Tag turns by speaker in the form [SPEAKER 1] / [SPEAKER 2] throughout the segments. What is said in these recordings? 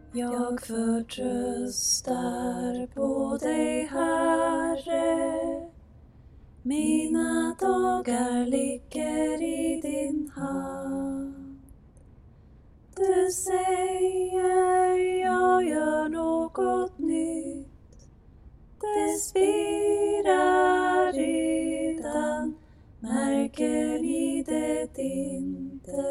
[SPEAKER 1] Jag förtröstar på dig, Herre. Mina dagar ligger i din hand. Du säger jag gör något nytt. Det spirar redan, märker ni det inte?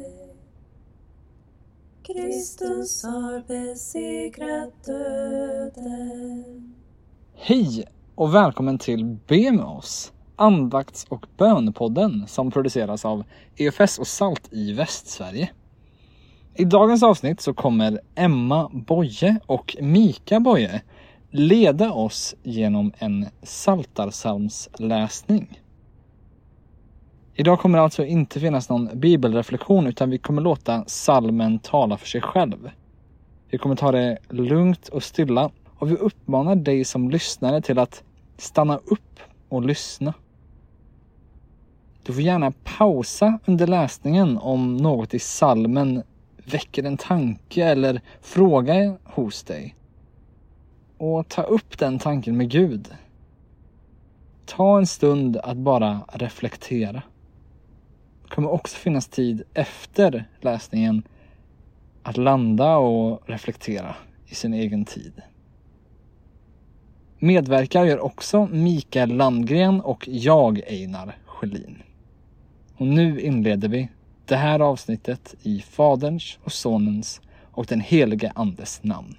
[SPEAKER 1] Kristus har besegrat döden.
[SPEAKER 2] Hej och välkommen till Be med oss, andakts- och bönepodden som produceras av EFS och Salt i Västsverige. I dagens avsnitt så kommer Emma Boye och Mika Boye leda oss genom en psaltarpsalmsläsning. Idag kommer det alltså inte finnas någon bibelreflektion, utan vi kommer låta psalmen tala för sig själv. Vi kommer ta det lugnt och stilla, och vi uppmanar dig som lyssnare till att stanna upp och lyssna. Du får gärna pausa under läsningen om något i psalmen väcker en tanke eller fråga hos dig. Och ta upp den tanken med Gud. Ta en stund att bara reflektera. Det kommer också finnas tid efter läsningen att landa och reflektera i sin egen tid. Medverkar gör också Mikael Landgren och jag, Einar Sjölin. Och nu inleder vi det här avsnittet i Faderns och Sonens och den helige Andes namn.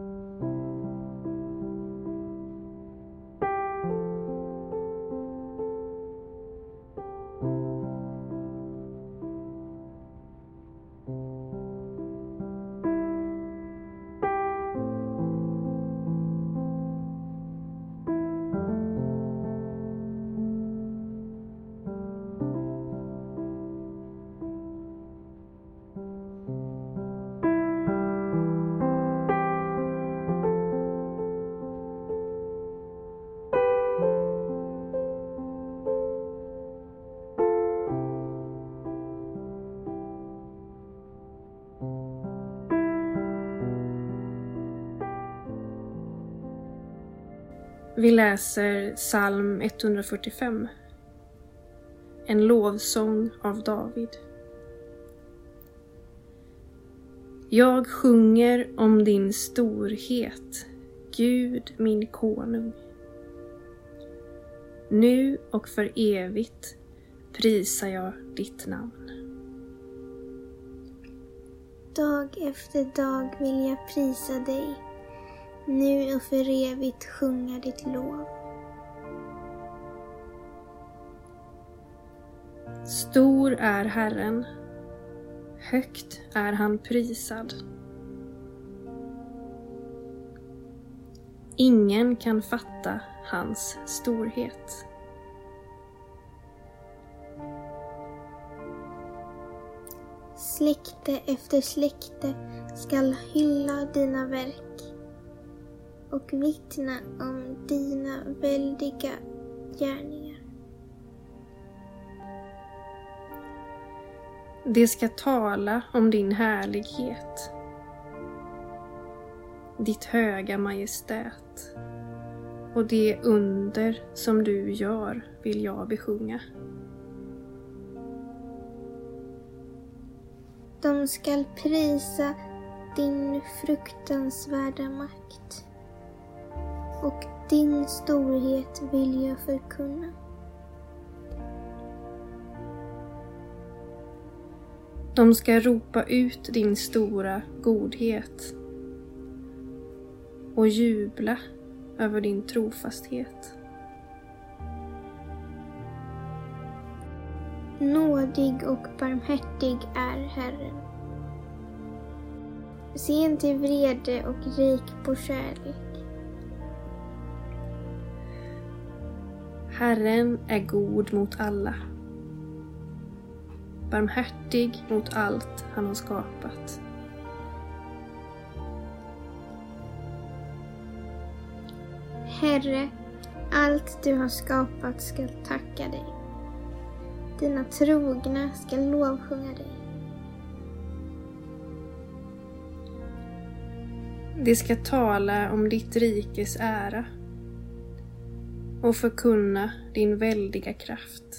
[SPEAKER 3] Vi läser psalm 145. En lovsång av David. Jag sjunger om din storhet, Gud min konung. Nu och för evigt prisar jag ditt namn.
[SPEAKER 4] Dag efter dag vill jag prisa dig. Nu och för evigt sjunga ditt lov.
[SPEAKER 3] Stor är Herren, högt är han prisad. Ingen kan fatta hans storhet.
[SPEAKER 4] Släkte efter släkte skall hylla dina verk och vittna om dina väldiga gärningar.
[SPEAKER 3] Det ska tala om din härlighet, ditt höga majestät, och det under som du gör vill jag besjunga.
[SPEAKER 4] De skall prisa din fruktansvärda makt. Och din storhet vill jag förkunna.
[SPEAKER 3] De ska ropa ut din stora godhet och jubla över din trofasthet.
[SPEAKER 4] Nådig och barmhärtig är Herren. Sen till vrede och rik på kärlek.
[SPEAKER 3] Herren är god mot alla, barmhärtig mot allt han har skapat.
[SPEAKER 4] Herre, allt du har skapat ska tacka dig. Dina trogna ska lovsjunga dig.
[SPEAKER 3] Det ska tala om ditt rikes ära och förkunna din väldiga kraft.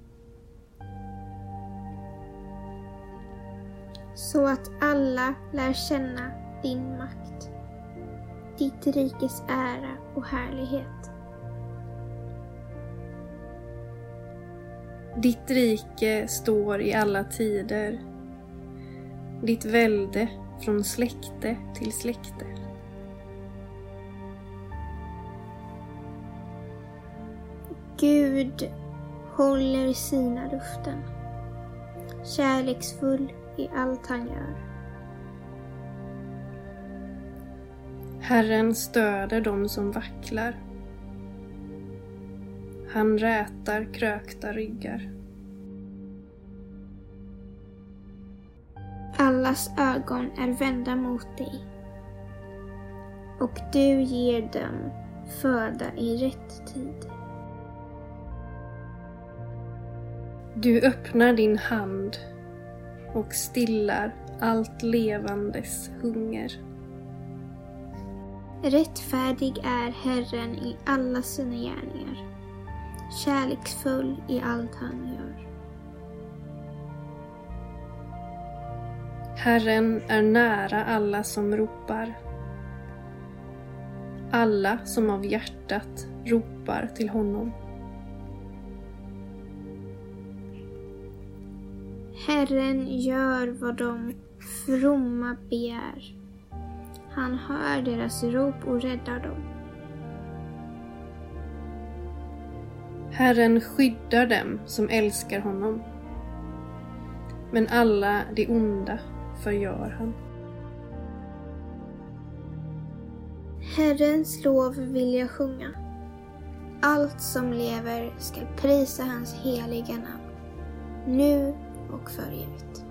[SPEAKER 4] Så att alla lär känna din makt, ditt rikes ära och härlighet.
[SPEAKER 3] Ditt rike står i alla tider, ditt välde från släkte till släkte.
[SPEAKER 4] Gud håller sina luften, kärleksfull i allt han gör.
[SPEAKER 3] Herren stöder dem som vacklar. Han rätar krökta ryggar.
[SPEAKER 4] Allas ögon är vända mot dig, och du ger dem föda i rätt tid.
[SPEAKER 3] Du öppnar din hand och stillar allt levandes hunger.
[SPEAKER 4] Rättfärdig är Herren i alla sina gärningar, kärleksfull i allt han gör.
[SPEAKER 3] Herren är nära alla som ropar. Alla som av hjärtat ropar till honom.
[SPEAKER 4] Herren gör vad de fromma begär. Han hör deras rop och räddar dem.
[SPEAKER 3] Herren skyddar dem som älskar honom. Men alla de onda förgör han.
[SPEAKER 4] Herrens lov vill jag sjunga. Allt som lever ska prisa hans heliga namn, nu och för evigt.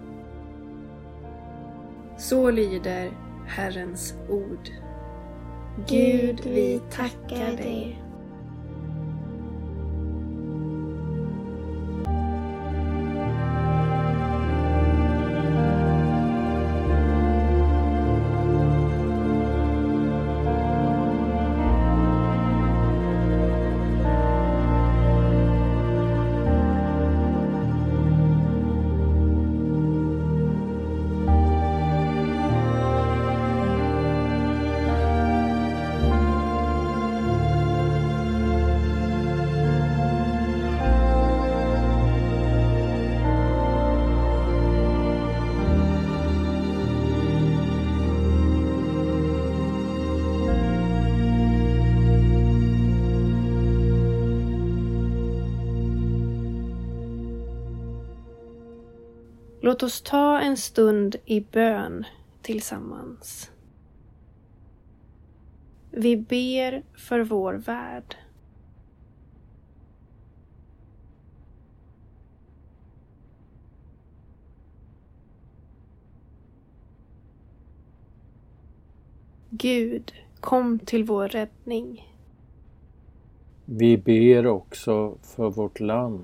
[SPEAKER 3] Så lyder Herrens ord.
[SPEAKER 4] Gud, vi tackar dig.
[SPEAKER 3] Låt oss ta en stund i bön tillsammans. Vi ber för vår värld. Gud, kom till vår räddning.
[SPEAKER 5] Vi ber också för vårt land.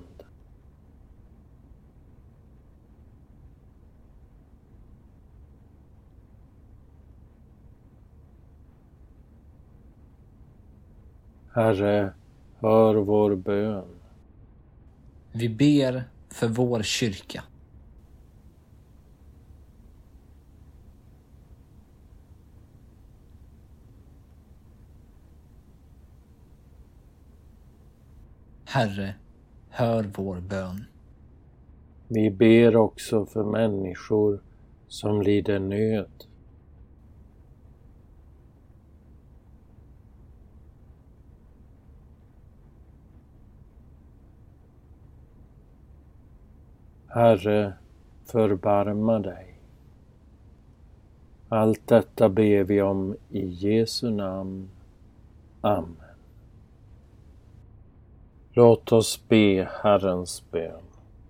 [SPEAKER 5] Herre, hör vår bön.
[SPEAKER 2] Vi ber för vår kyrka. Herre, hör vår bön.
[SPEAKER 5] Vi ber också för människor som lider nöd. Herre, förbarma dig. Allt detta ber vi om i Jesu namn. Amen. Låt oss be Herrens bön.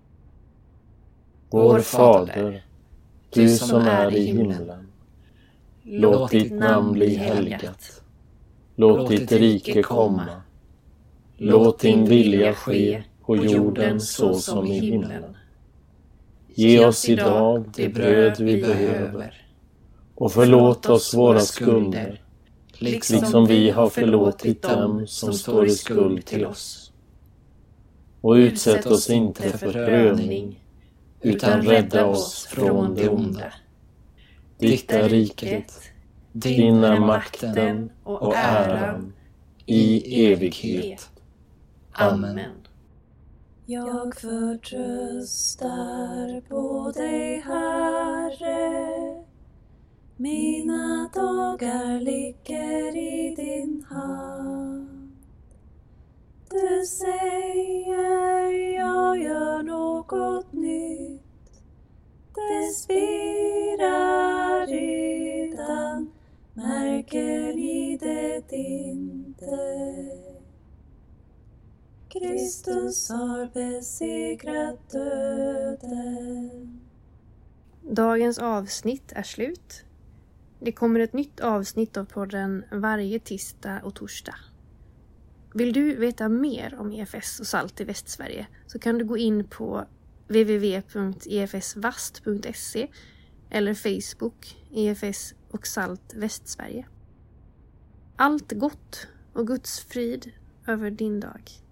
[SPEAKER 5] Vår Fader, du som är i himlen. Låt ditt namn bli helgat. Låt ditt rike komma. Låt din vilja ske på jorden så som i himlen. Ge oss idag det bröd vi behöver Och förlåt oss våra skulder, liksom vi har förlåtit dem som står i skuld till oss. Och utsätt oss inte för prövning, utan rädda oss från det onda. Ditt är riket, din är makten och äran i evighet. Amen.
[SPEAKER 1] Jag förtröstar på dig, Herre. Mina dagar ligger i din hand. Du säger jag gör något nytt. Det spirar redan, märker ni det inte? Kristus har besegrat döden.
[SPEAKER 3] Dagens avsnitt är slut. Det kommer ett nytt avsnitt av podden varje tisdag och torsdag. Vill du veta mer om EFS och Salt i Västsverige så kan du gå in på www.efsvast.se eller Facebook EFS och Salt Västsverige. Allt gott och Guds frid över din dag.